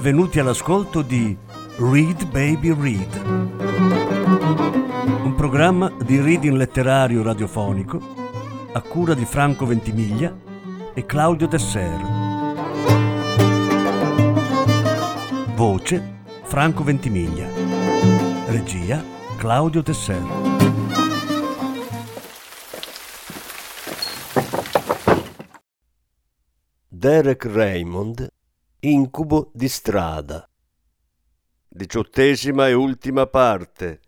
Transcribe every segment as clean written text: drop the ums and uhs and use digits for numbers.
benvenuti all'ascolto di Read Baby Read, un programma di reading letterario radiofonico a cura di Franco Ventimiglia e Claudio Desser. Voce Franco Ventimiglia. Regia Claudio Desser. Derek Raymond, Incubo di strada. 18ª e ultima parte.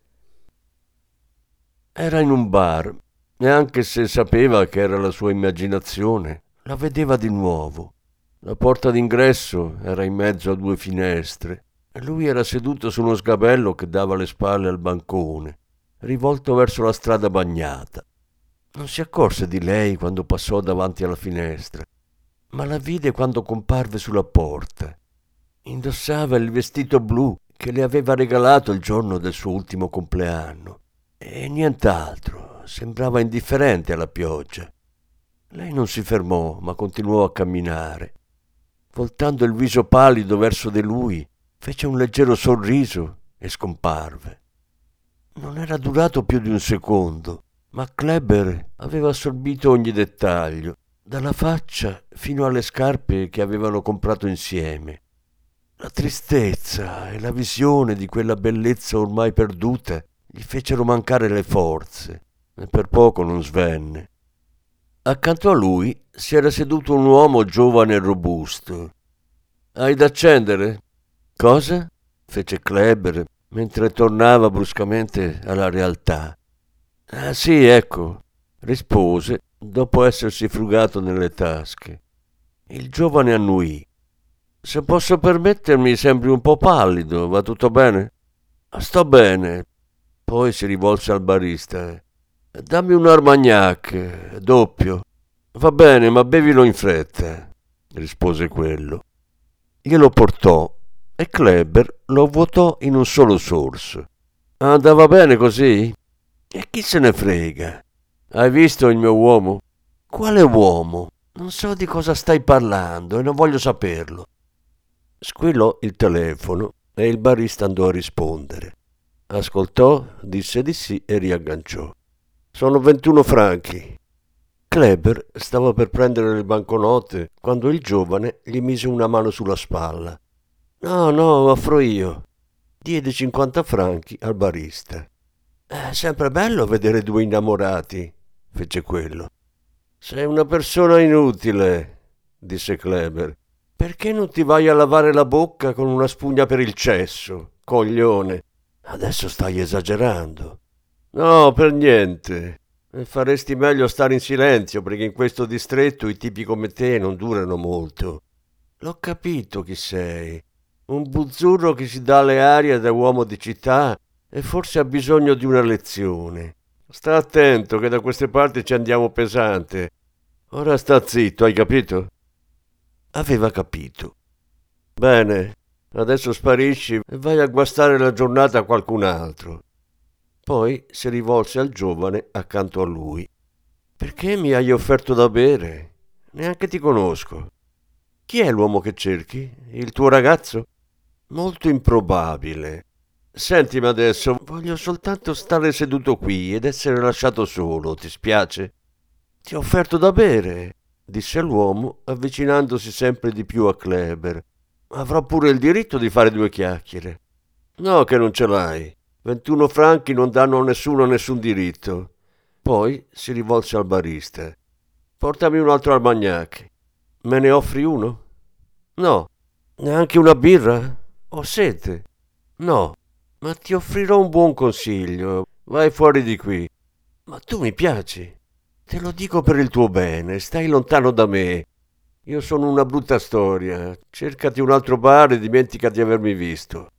Era in un bar e anche se sapeva che era la sua immaginazione, la vedeva di nuovo. La porta d'ingresso era in mezzo a due finestre e lui era seduto su uno sgabello che dava le spalle al bancone, rivolto verso la strada bagnata. Non si accorse di lei quando passò davanti alla finestra, ma la vide quando comparve sulla porta. Indossava il vestito blu che le aveva regalato il giorno del suo ultimo compleanno e nient'altro, sembrava indifferente alla pioggia. Lei non si fermò, ma continuò a camminare. Voltando il viso pallido verso di lui, fece un leggero sorriso e scomparve. Non era durato più di un secondo, ma Kleber aveva assorbito ogni dettaglio, dalla faccia fino alle scarpe che avevano comprato insieme. La tristezza e la visione di quella bellezza ormai perduta gli fecero mancare le forze e per poco non svenne. Accanto a lui si era seduto un uomo giovane e robusto. «Hai da accendere?» «Cosa?» fece Kleber mentre tornava bruscamente alla realtà. «Ah sì, ecco», rispose dopo essersi frugato nelle tasche. Il giovane annuì. «Se posso permettermi, sembri un po' pallido, va tutto bene?» «Sto bene». Poi si rivolse al barista. «Dammi un Armagnac, doppio». «Va bene, ma bevilo in fretta», rispose quello. Glielo portò e Kleber lo vuotò in un solo sorso. «Andava bene così?» «E chi se ne frega? Hai visto il mio uomo?» «Quale uomo? Non so di cosa stai parlando e non voglio saperlo». Squillò il telefono e il barista andò a rispondere. Ascoltò, disse di sì e riagganciò. «Sono 21 franchi». Kleber stava per prendere le banconote quando il giovane gli mise una mano sulla spalla. No, offro io». Diede 50 franchi al barista. «È sempre bello vedere due innamorati», fece quello. «Sei una persona inutile», disse Kleber. «Perché non ti vai a lavare la bocca con una spugna per il cesso, coglione?» «Adesso stai esagerando». «No, per niente. E faresti meglio stare in silenzio, perché in questo distretto i tipi come te non durano molto». «L'ho capito chi sei. Un buzzurro che si dà le arie da uomo di città e forse ha bisogno di una lezione. Sta attento che da queste parti ci andiamo pesante. Ora sta zitto, hai capito?» Aveva capito. «Bene, adesso sparisci e vai a guastare la giornata a qualcun altro». Poi si rivolse al giovane accanto a lui. «Perché mi hai offerto da bere? Neanche ti conosco. Chi è l'uomo che cerchi? Il tuo ragazzo?» «Molto improbabile. Sentimi adesso, voglio soltanto stare seduto qui ed essere lasciato solo, ti spiace?» «Ti ho offerto da bere», disse l'uomo avvicinandosi sempre di più a Kleber. «Avrò pure il diritto di fare due chiacchiere». «No che non ce l'hai. 21 franchi non danno a nessuno nessun diritto». Poi si rivolse al barista. «Portami un altro Armagnac». «Me ne offri uno?» «No». «Neanche una birra?» «Ho sete». «No». «Ma ti offrirò un buon consiglio. Vai fuori di qui». «Ma tu mi piaci. Te lo dico per il tuo bene. Stai lontano da me. Io sono una brutta storia. Cercati un altro bar e dimentica di avermi visto».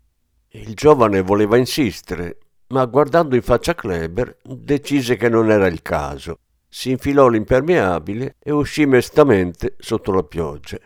Il giovane voleva insistere, ma guardando in faccia Kleber decise che non era il caso. Si infilò l'impermeabile e uscì mestamente sotto la pioggia.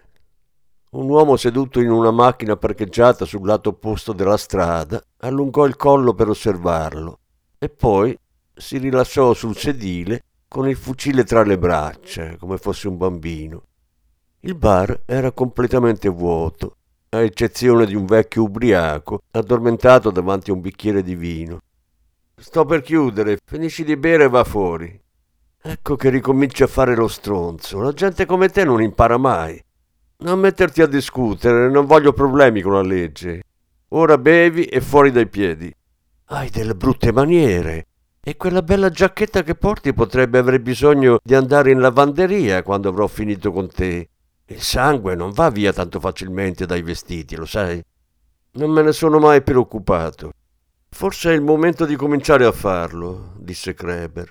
Un uomo seduto in una macchina parcheggiata sul lato opposto della strada allungò il collo per osservarlo e poi si rilassò sul sedile con il fucile tra le braccia come fosse un bambino. Il bar era completamente vuoto a eccezione di un vecchio ubriaco addormentato davanti a un bicchiere di vino. «Sto per chiudere, finisci di bere e va fuori». Ecco che ricominci a fare lo stronzo. La gente come te non impara mai. Non metterti a discutere, non voglio problemi con la legge. Ora bevi e fuori dai piedi. Hai delle brutte maniere. E quella bella giacchetta che porti potrebbe avere bisogno di andare in lavanderia quando avrò finito con te. Il sangue non va via tanto facilmente dai vestiti, lo sai? Non me ne sono mai preoccupato. Forse è il momento di cominciare a farlo, disse Kleber.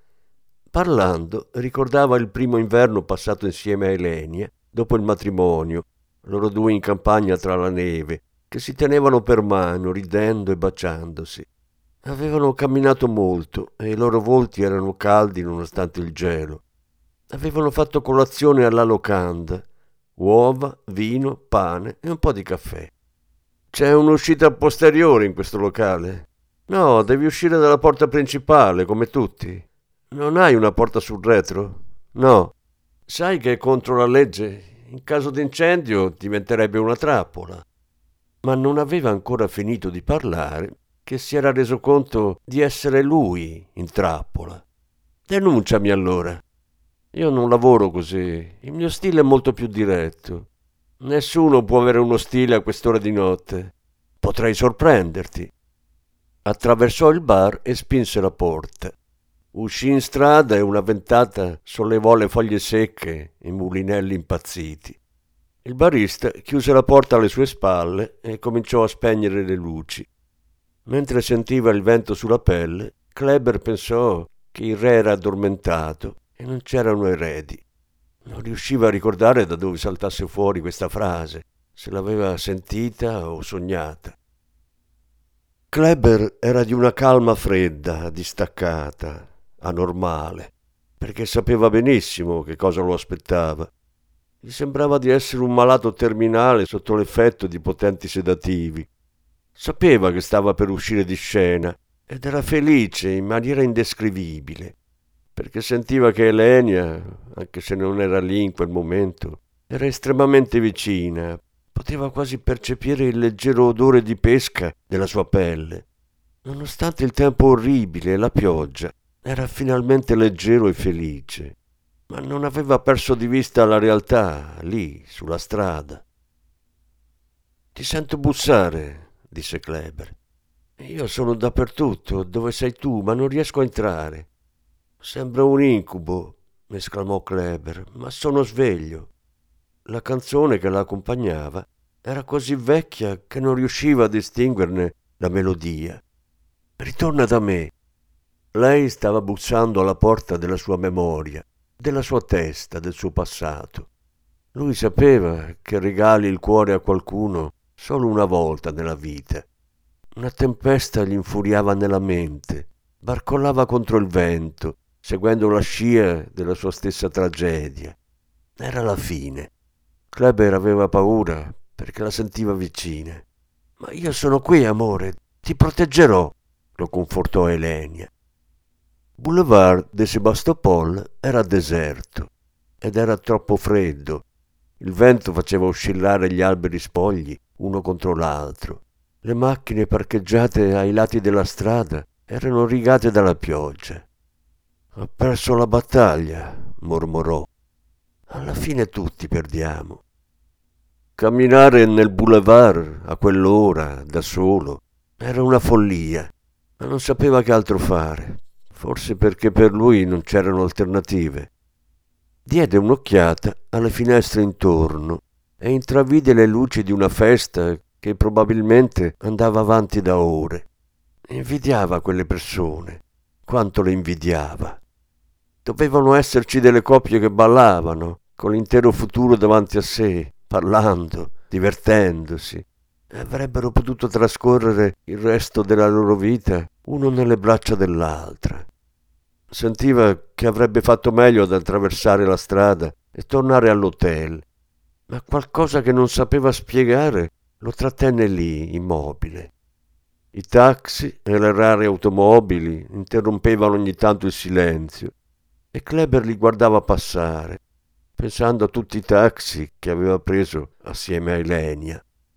Parlando, ricordava il primo inverno passato insieme a Elenia, dopo il matrimonio, loro due in campagna tra la neve, che si tenevano per mano, ridendo e baciandosi. Avevano camminato molto e i loro volti erano caldi nonostante il gelo. Avevano fatto colazione alla locanda, uova, vino, pane e un po' di caffè. «C'è un'uscita posteriore in questo locale?» «No, devi uscire dalla porta principale, come tutti». «Non hai una porta sul retro?» «No». «Sai che è contro la legge? In caso di incendio diventerebbe una trappola». Ma non aveva ancora finito di parlare che si era reso conto di essere lui in trappola. «Denunciami allora». «Io non lavoro così, il mio stile è molto più diretto. Nessuno può avere uno stile a quest'ora di notte. Potrei sorprenderti». Attraversò il bar e spinse la porta. Uscì in strada e una ventata sollevò le foglie secche, i mulinelli impazziti. Il barista chiuse la porta alle sue spalle e cominciò a spegnere le luci. Mentre sentiva il vento sulla pelle, Kleber pensò che il re era addormentato e non c'erano eredi. Non riusciva a ricordare da dove saltasse fuori questa frase, se l'aveva sentita o sognata. Kleber era di una calma fredda, distaccata, anormale, perché sapeva benissimo che cosa lo aspettava. Gli sembrava di essere un malato terminale sotto l'effetto di potenti sedativi. Sapeva che stava per uscire di scena ed era felice in maniera indescrivibile, perché sentiva che Elenia, anche se non era lì in quel momento, era estremamente vicina, poteva quasi percepire il leggero odore di pesca della sua pelle. Nonostante il tempo orribile e la pioggia, era finalmente leggero e felice, ma non aveva perso di vista la realtà, lì, sulla strada. «Ti sento bussare», disse Kleber. «Io sono dappertutto, dove sei tu, ma non riesco a entrare». «Sembra un incubo», esclamò Kleber, «ma sono sveglio». La canzone che la accompagnava era così vecchia che non riusciva a distinguerne la melodia. «Ritorna da me». Lei stava bussando alla porta della sua memoria, della sua testa, del suo passato. Lui sapeva che regali il cuore a qualcuno solo una volta nella vita. Una tempesta gli infuriava nella mente, barcollava contro il vento, seguendo la scia della sua stessa tragedia. Era la fine. Kleber aveva paura perché la sentiva vicina. «Ma io sono qui, amore, ti proteggerò», lo confortò Elenia. Boulevard de Sébastopol era deserto ed era troppo freddo. Il vento faceva oscillare gli alberi spogli uno contro l'altro. Le macchine parcheggiate ai lati della strada erano rigate dalla pioggia. «Ha perso la battaglia», mormorò. «Alla fine tutti perdiamo». Camminare nel boulevard a quell'ora, da solo, era una follia, ma non sapeva che altro fare, forse perché per lui non c'erano alternative. Diede un'occhiata alle finestre intorno e intravide le luci di una festa che probabilmente andava avanti da ore. Invidiava quelle persone, quanto le invidiava. Dovevano esserci delle coppie che ballavano, con l'intero futuro davanti a sé, parlando, divertendosi, e avrebbero potuto trascorrere il resto della loro vita uno nelle braccia dell'altra. Sentiva che avrebbe fatto meglio ad attraversare la strada e tornare all'hotel, ma qualcosa che non sapeva spiegare lo trattenne lì, immobile. I taxi e le rare automobili interrompevano ogni tanto il silenzio e Kleber li guardava passare, pensando a tutti i taxi che aveva preso assieme a Elenia.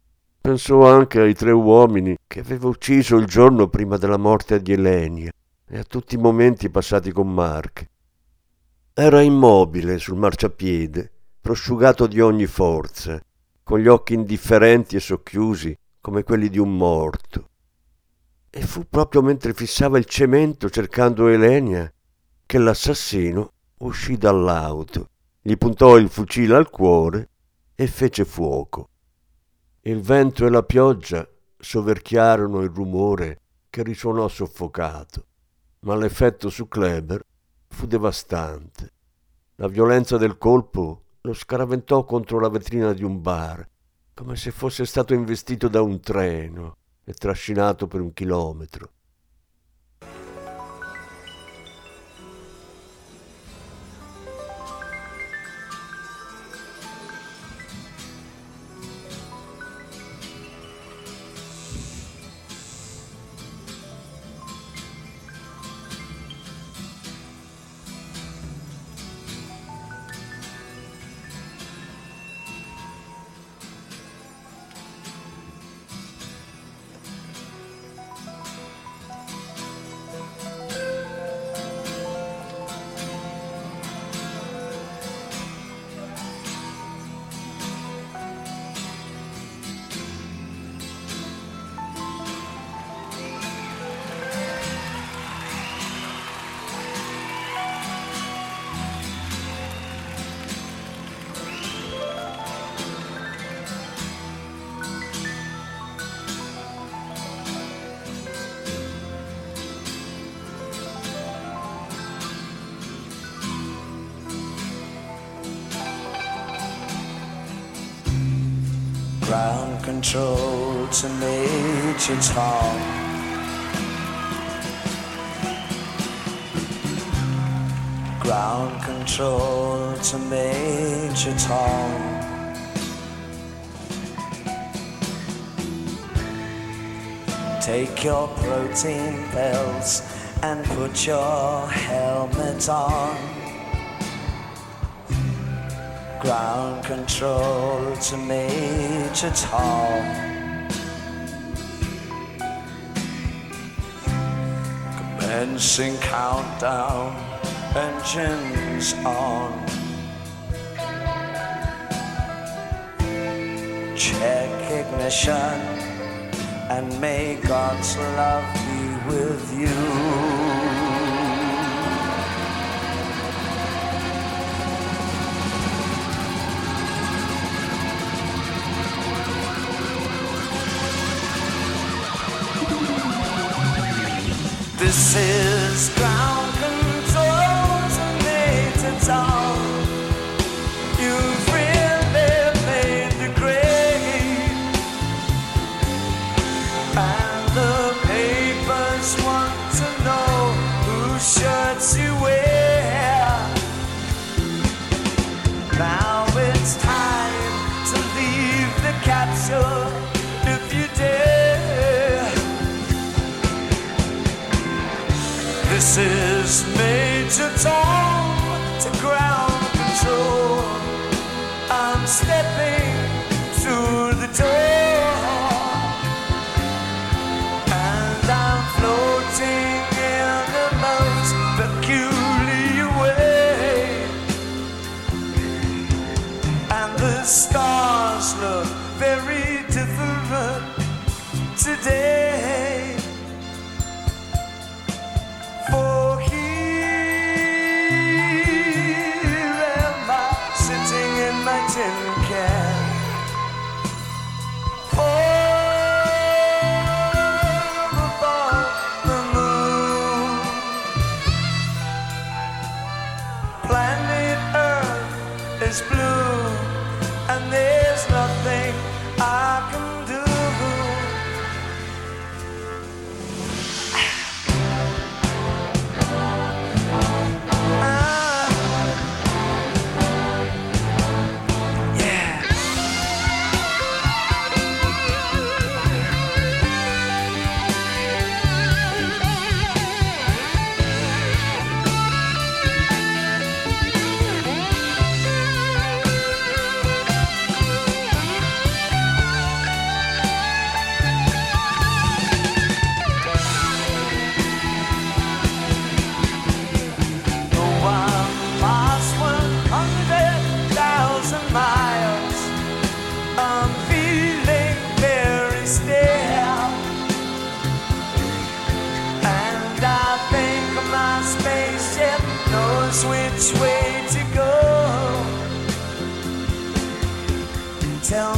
Pensò anche ai 3 uomini che aveva ucciso il giorno prima della morte di Elenia e a tutti i momenti passati con Mark. Era immobile sul marciapiede, prosciugato di ogni forza, con gli occhi indifferenti e socchiusi come quelli di un morto. E fu proprio mentre fissava il cemento cercando Elenia che l'assassino uscì dall'auto, gli puntò il fucile al cuore e fece fuoco. Il vento e la pioggia soverchiarono il rumore che risuonò soffocato, ma l'effetto su Kleber fu devastante. La violenza del colpo lo scaraventò contro la vetrina di un bar, come se fosse stato investito da un treno e trascinato per 1 chilometro. Ground control to Major Tom. Ground control to Major Tom. Take your protein pills and put your helmet on. Ground control to Major Tom. Commencing countdown, engines on. Check ignition, and may God's love be with you. This is ground control to Major Tom. You've really made the grade, and the papers want to know whose shirts you wear. Now it's time to leave the capsule if you dare. This is Major Tom to ground control. I'm stepping through the door, and I'm floating in the most peculiar way. And the stars look very different today. For here am I, sitting in my tin can,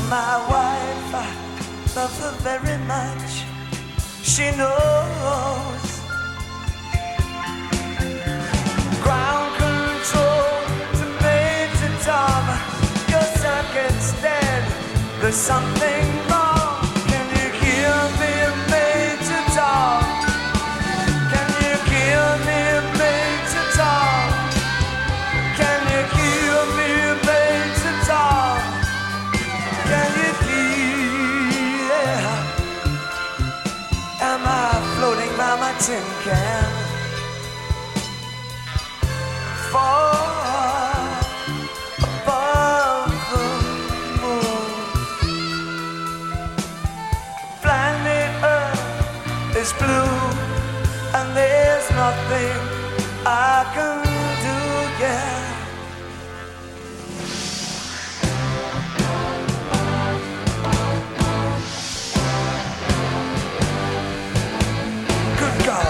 my wife, I love her very much. She knows. Ground control to Major Tom. Your circuit's dead. There's something wrong. Can you hear me, Major Tom? Can you hear me, Major Tom? Can you hear me, Major Tom? Can you hear? Am I floating by my tin can? Far above the moon. Planet Earth is blue, and there's nothing I can do, yeah. Good God.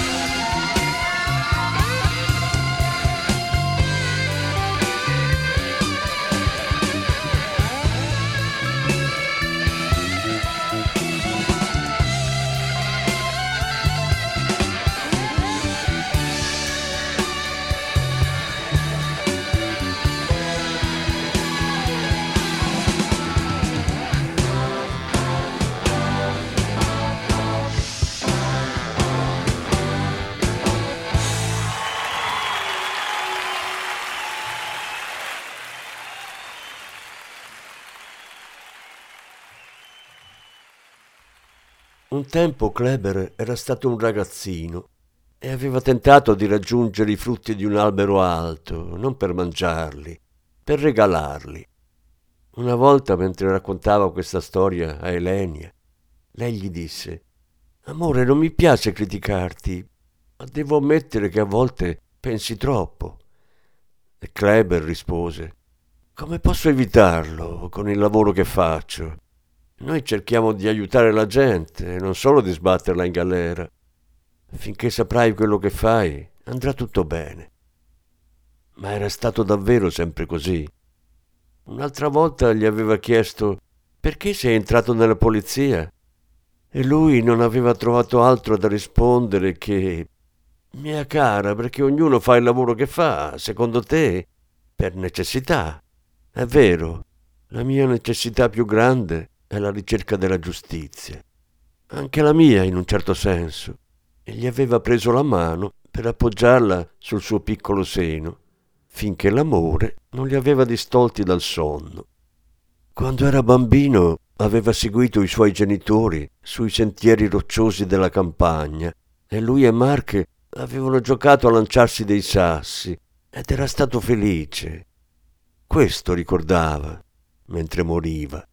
Un tempo Kleber era stato un ragazzino e aveva tentato di raggiungere i frutti di un albero alto, non per mangiarli, per regalarli. Una volta, mentre raccontava questa storia a Elenia, lei gli disse: «Amore, non mi piace criticarti, ma devo ammettere che a volte pensi troppo». E Kleber rispose: «Come posso evitarlo con il lavoro che faccio? Noi cerchiamo di aiutare la gente, non solo di sbatterla in galera. Finché saprai quello che fai, andrà tutto bene». Ma era stato davvero sempre così. Un'altra volta gli aveva chiesto: «Perché sei entrato nella polizia?» E lui non aveva trovato altro da rispondere che: «Mia cara, perché ognuno fa il lavoro che fa, secondo te, per necessità. È vero, la mia necessità più grande è la ricerca della giustizia. Anche la mia, in un certo senso». E gli aveva preso la mano per appoggiarla sul suo piccolo seno, finché l'amore non li aveva distolti dal sonno. Quando era bambino aveva seguito i suoi genitori sui sentieri rocciosi della campagna e lui e Mark avevano giocato a lanciarsi dei sassi ed era stato felice. Questo ricordava mentre moriva.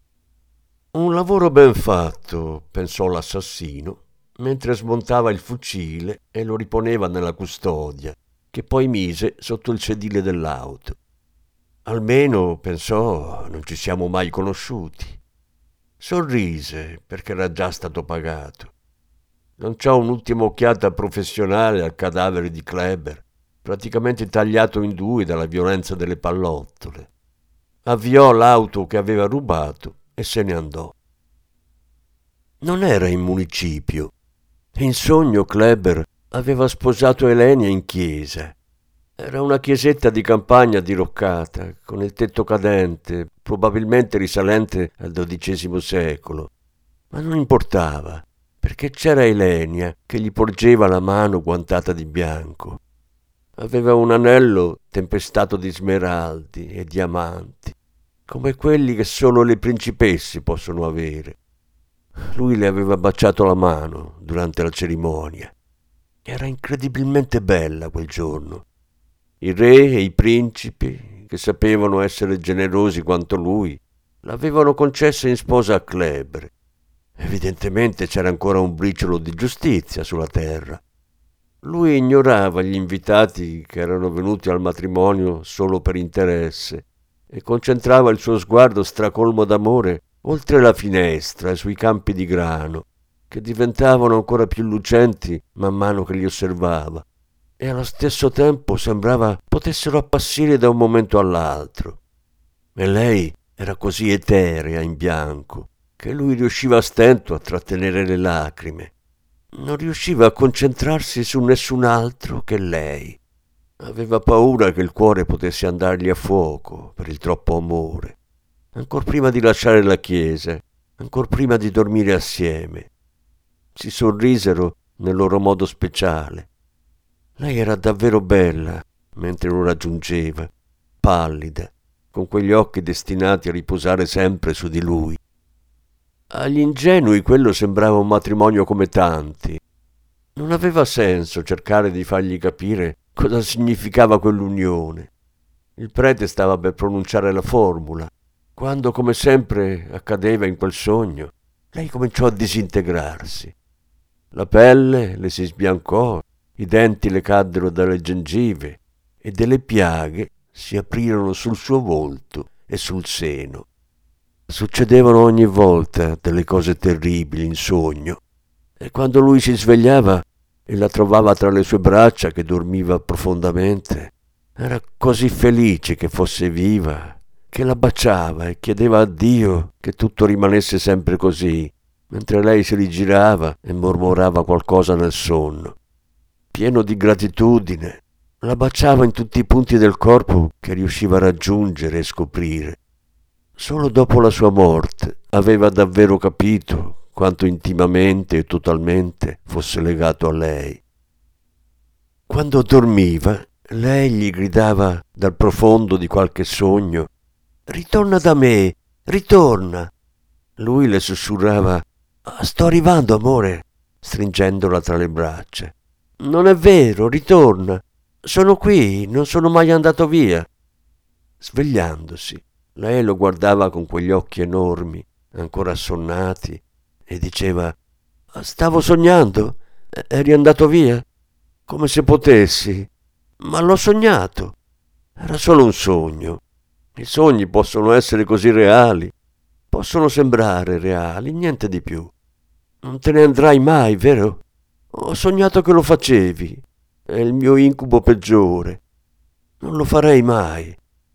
Un lavoro ben fatto, pensò l'assassino, mentre smontava il fucile e lo riponeva nella custodia, che poi mise sotto il sedile dell'auto. Almeno, pensò, non ci siamo mai conosciuti. Sorrise perché era già stato pagato. Lanciò un'ultima occhiata professionale al cadavere di Kleber, praticamente tagliato in due dalla violenza delle pallottole. Avviò l'auto che aveva rubato e se ne andò. Non era in municipio. In sogno Kleber aveva sposato Elenia in chiesa. Era una chiesetta di campagna diroccata, con il tetto cadente, probabilmente risalente al XII secolo. Ma non importava, perché c'era Elenia che gli porgeva la mano guantata di bianco. Aveva un anello tempestato di smeraldi e diamanti, come quelli che solo le principesse possono avere. Lui le aveva baciato la mano durante la cerimonia. Era incredibilmente bella quel giorno. I re e i principi, che sapevano essere generosi quanto lui, l'avevano concessa in sposa a Kleber. Evidentemente c'era ancora un briciolo di giustizia sulla terra. Lui ignorava gli invitati che erano venuti al matrimonio solo per interesse e concentrava il suo sguardo stracolmo d'amore oltre la finestra e sui campi di grano, che diventavano ancora più lucenti man mano che li osservava, e allo stesso tempo sembrava potessero appassire da un momento all'altro. E lei era così eterea in bianco che lui riusciva a stento a trattenere le lacrime. Non riusciva a concentrarsi su nessun altro che lei. Aveva paura che il cuore potesse andargli a fuoco per il troppo amore. Ancor prima di lasciare la chiesa, ancor prima di dormire assieme. Si sorrisero nel loro modo speciale. Lei era davvero bella mentre lo raggiungeva, pallida, con quegli occhi destinati a riposare sempre su di lui. Agli ingenui quello sembrava un matrimonio come tanti. Non aveva senso cercare di fargli capire cosa significava quell'unione. Il prete stava per pronunciare la formula, quando, come sempre accadeva in quel sogno, lei cominciò a disintegrarsi. La pelle le si sbiancò, i denti le caddero dalle gengive e delle piaghe si aprirono sul suo volto e sul seno. Succedevano ogni volta delle cose terribili in sogno, e quando lui si svegliava e la trovava tra le sue braccia che dormiva profondamente, era così felice che fosse viva, che la baciava e chiedeva a Dio che tutto rimanesse sempre così, mentre lei si rigirava e mormorava qualcosa nel sonno. Pieno di gratitudine, la baciava in tutti i punti del corpo che riusciva a raggiungere e scoprire. Solo dopo la sua morte aveva davvero capito quanto intimamente e totalmente fosse legato a lei. Quando dormiva, lei gli gridava dal profondo di qualche sogno: «Ritorna da me, ritorna!» Lui le sussurrava: «Sto arrivando, amore», stringendola tra le braccia. «Non è vero, ritorna! Sono qui, non sono mai andato via!» Svegliandosi, lei lo guardava con quegli occhi enormi, ancora assonnati, e diceva: «Stavo sognando? Eri andato via? Come se potessi? Ma l'ho sognato! Era solo un sogno. I sogni possono essere così reali, possono sembrare reali, niente di più. Non te ne andrai mai, vero? Ho sognato che lo facevi. È il mio incubo peggiore. Non lo farei mai».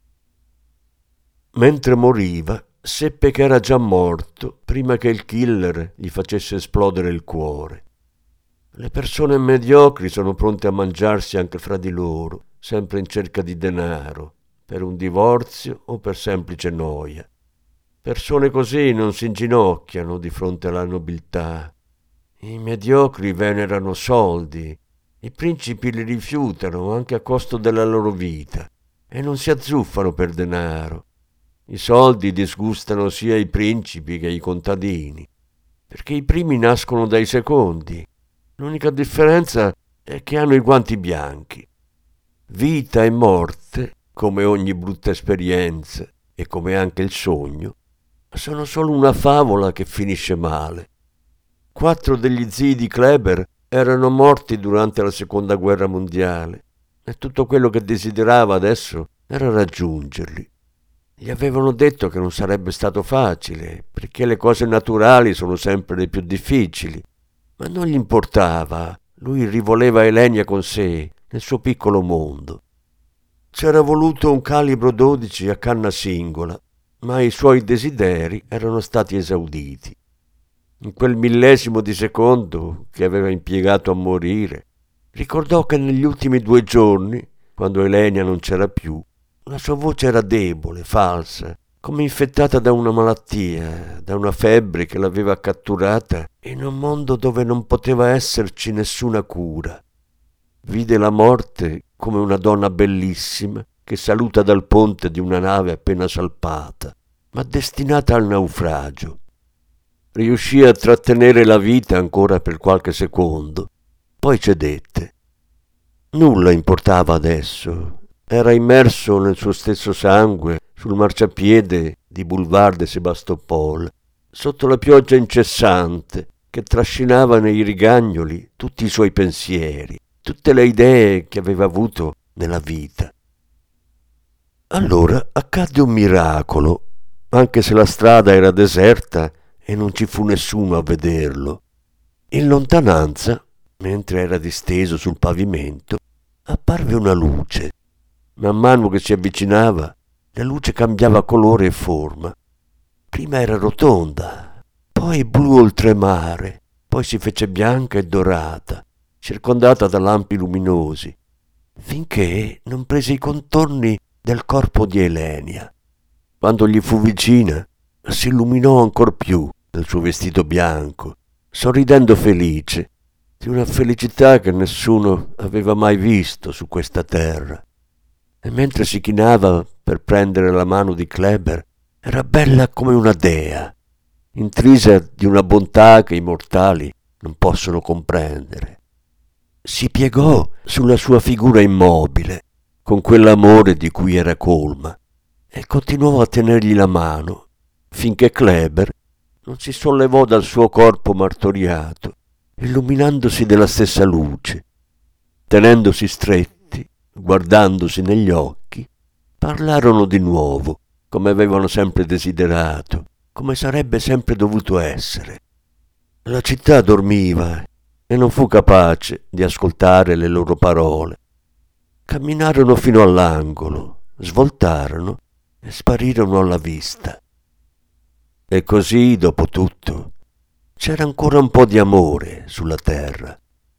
Mentre moriva, seppe che era già morto prima che il killer gli facesse esplodere il cuore. Le persone mediocri sono pronte a mangiarsi anche fra di loro, sempre in cerca di denaro, per un divorzio o per semplice noia. Persone così non si inginocchiano di fronte alla nobiltà. I mediocri venerano soldi, i principi li rifiutano anche a costo della loro vita e non si azzuffano per denaro. I soldi disgustano sia i principi che i contadini, perché i primi nascono dai secondi. L'unica differenza è che hanno i guanti bianchi. Vita e morte, come ogni brutta esperienza e come anche il sogno, sono solo una favola che finisce male. 4 degli zii di Kleber erano morti durante la Seconda Guerra Mondiale e tutto quello che desiderava adesso era raggiungerli. Gli avevano detto che non sarebbe stato facile, perché le cose naturali sono sempre le più difficili, ma non gli importava. Lui rivoleva Elenia con sé, nel suo piccolo mondo. C'era voluto un calibro 12 a canna singola, ma i suoi desideri erano stati esauditi. In quel millesimo di secondo che aveva impiegato a morire, ricordò che negli ultimi 2 giorni, quando Elenia non c'era più, la sua voce era debole, falsa, come infettata da una malattia, da una febbre che l'aveva catturata in un mondo dove non poteva esserci nessuna cura. Vide la morte come una donna bellissima che saluta dal ponte di una nave appena salpata, ma destinata al naufragio. Riuscì a trattenere la vita ancora per qualche secondo, poi cedette. Nulla importava adesso. Era immerso nel suo stesso sangue sul marciapiede di Boulevard de Sébastopol, sotto la pioggia incessante che trascinava nei rigagnoli tutti i suoi pensieri, tutte le idee che aveva avuto nella vita. Allora accadde un miracolo, anche se la strada era deserta e non ci fu nessuno a vederlo. In lontananza, mentre era disteso sul pavimento, apparve una luce. Man mano che si avvicinava, La luce cambiava colore e forma. Prima era rotonda, poi blu oltremare, poi si fece bianca e dorata, circondata da lampi luminosi, finché non prese i contorni del corpo di Elenia. Quando gli fu vicina, si illuminò ancor più nel suo vestito bianco, sorridendo felice, di una felicità che nessuno aveva mai visto su questa terra. E mentre si chinava per prendere la mano di Kleber, era bella come una dea, intrisa di una bontà che i mortali non possono comprendere. Si piegò sulla sua figura immobile, con quell'amore di cui era colma, e continuò a tenergli la mano, finché Kleber non si sollevò dal suo corpo martoriato, illuminandosi della stessa luce. Tenendosi stretti, guardandosi negli occhi, parlarono di nuovo, come avevano sempre desiderato, come sarebbe sempre dovuto essere. La città dormiva e non fu capace di ascoltare le loro parole. Camminarono fino all'angolo, svoltarono e sparirono alla vista. E così, dopo tutto, c'era ancora un po' di amore sulla terra.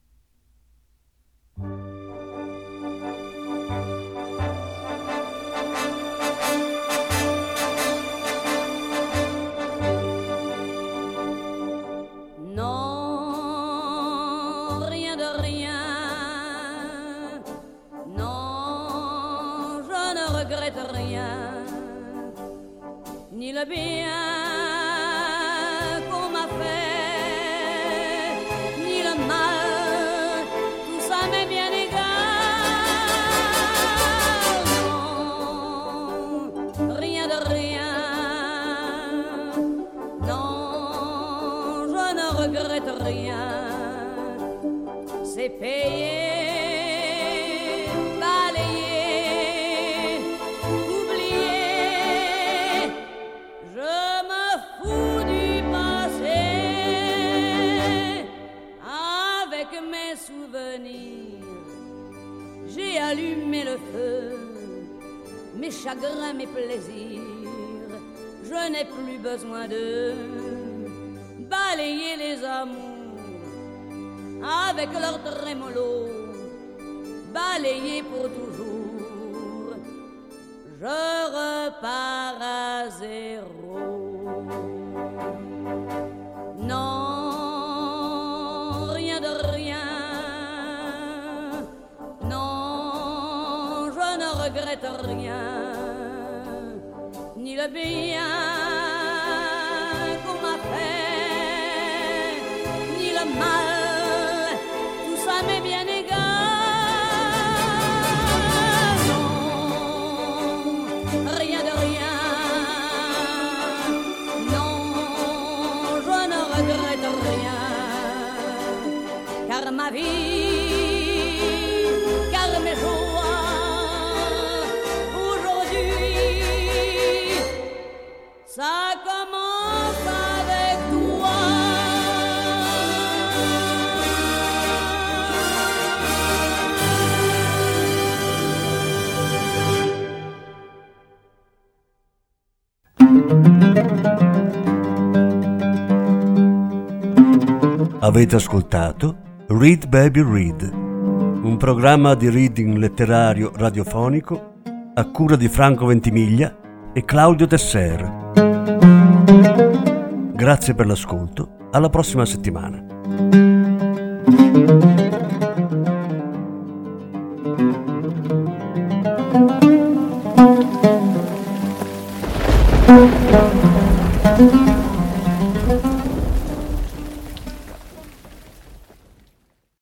Non, rien de rien. Non, je ne regrette rien. Ni le bien qu'on m'a fait, ni le mal, tout ça m'est bien égal. Non, rien de rien. Non, je ne regrette rien. C'est payé, balayé, oublié. Je me fous du passé. Avec mes souvenirs, j'ai allumé le feu. Mes chagrins, mes plaisirs, je n'ai plus besoin de balayer les amours avec leur trémolo, balayer pour toujours. Je repars à zéro. Non, rien de rien. Non, je ne regrette rien. Ni le bien qu'on m'a fait, ni le mal, tout ça m'est bien égal. Non, rien de rien. Non, je ne regrette rien. Car ma vie, car mes joies, aujourd'hui, ça commence avec toi. Avete ascoltato Read Baby Read, un programma di reading letterario radiofonico a cura di Franco Ventimiglia e Claudio Tesser. Grazie per l'ascolto, alla prossima settimana.